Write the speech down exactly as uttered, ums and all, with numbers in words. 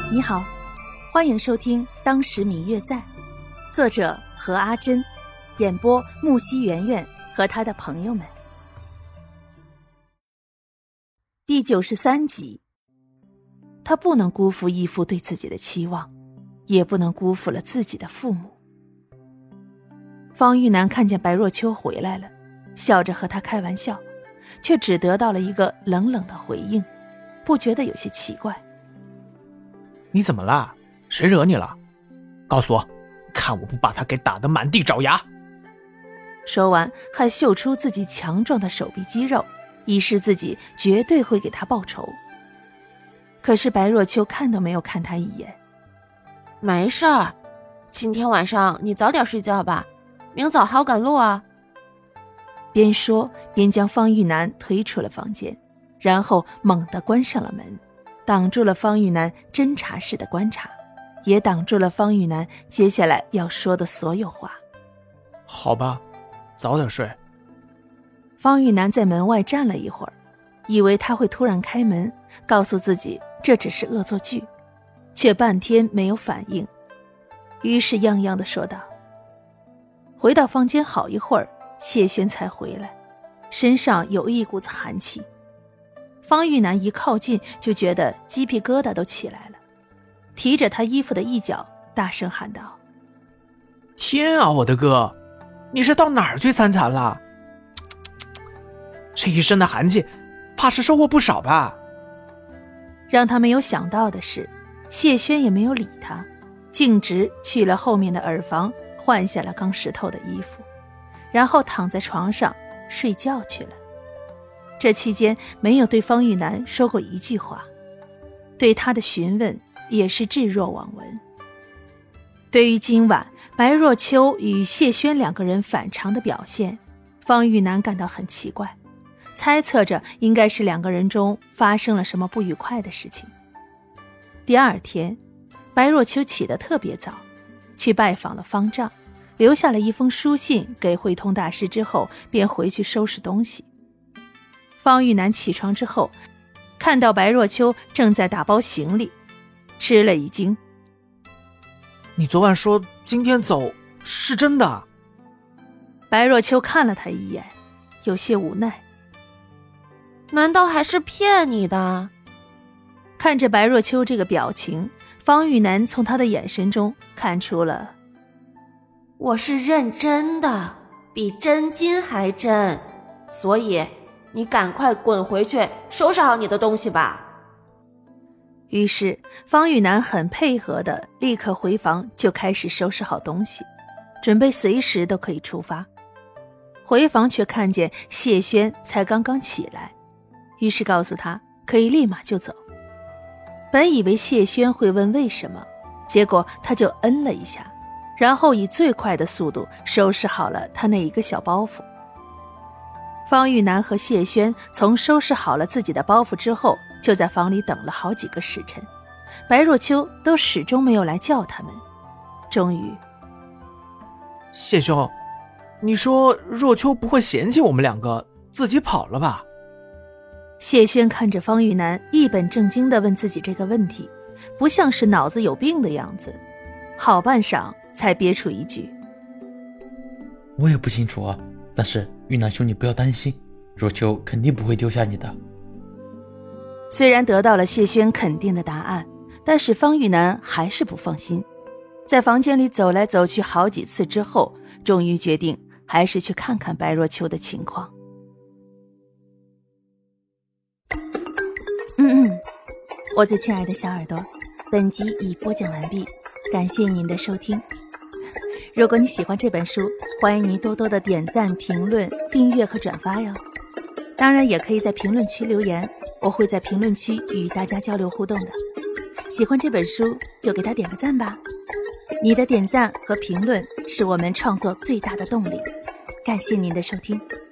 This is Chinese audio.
你好，欢迎收听《当时明月在》，作者何阿珍，演播木西圆圆和他的朋友们。第九十三集，他不能辜负义父对自己的期望，也不能辜负了自己的父母。方玉楠看见白若秋回来了，笑着和他开玩笑，却只得到了一个冷冷的回应，不觉得有些奇怪。 你怎么了？谁惹你了？告诉我，看我不把他给打得满地找牙。 说完还秀出自己强壮的手臂肌肉，以示自己绝对会给他报仇。可是白若秋看都没有看他一眼。 没事儿，今天晚上你早点睡觉吧，明早还要赶路啊。 边说边将方玉楠推出了房间，然后猛地关上了门，挡住了方玉楠侦查式的观察，也挡住了方玉楠接下来要说的所有话。 好吧，早点睡。 方玉楠在门外站了一会儿，以为他会突然开门，告诉自己这只是恶作剧，却半天没有反应，于是样样地说道。回到房间好一会儿，谢轩才回来，身上有一股子寒气。方玉楠一靠近就觉得鸡皮疙瘩都起来了，提着他衣服的一角大声喊道： 天啊，我的哥，你是到哪儿去参禅了？这一身的寒气怕是收获不少吧。 让他没有想到的是，谢轩也没有理他，径直去了后面的耳房，换下了刚湿透的衣服，然后躺在床上睡觉去了。这期间没有对方玉楠说过一句话，对他的询问也是置若罔闻。对于今晚白若秋与谢轩两个人反常的表现，方玉楠感到很奇怪，猜测着应该是两个人中发生了什么不愉快的事情。第二天，白若秋起得特别早，去拜访了方丈，留下了一封书信给慧通大师之后，便回去收拾东西。方玉楠起床之后，看到白若秋正在打包行李，吃了一惊。 你昨晚说今天走是真的？ 白若秋看了他一眼，有些无奈。 难道还是骗你的？ 看着白若秋这个表情，方玉楠从他的眼神中看出了， 我是认真的，比真金还真，所以你赶快滚回去收拾好你的东西吧。 于是方玉楠很配合的立刻回房，就开始收拾好东西，准备随时都可以出发。回房却看见谢轩才刚刚起来，于是告诉他可以立马就走。本以为谢轩会问为什么，结果他就嗯了一下，然后以最快的速度收拾好了他那一个小包袱。方玉楠和谢轩从收拾好了自己的包袱之后，就在房里等了好几个时辰，白若秋都始终没有来叫他们。终于， 谢兄，你说若秋不会嫌弃我们两个自己跑了吧？ 谢轩看着方玉楠一本正经地问自己这个问题，不像是脑子有病的样子，好半晌才憋出一句： 我也不清楚啊，但是玉楠兄你不要担心，若秋肯定不会丢下你的。 虽然得到了谢轩肯定的答案，但是方玉楠还是不放心，在房间里走来走去好几次之后，终于决定还是去看看白若秋的情况。嗯嗯，我最亲爱的小耳朵，本集已播讲完毕，感谢您的收听。如果你喜欢这本书，欢迎您多多的点赞、评论、订阅和转发哟。当然也可以在评论区留言，我会在评论区与大家交流互动的。喜欢这本书就给它点个赞吧，你的点赞和评论是我们创作最大的动力。感谢您的收听。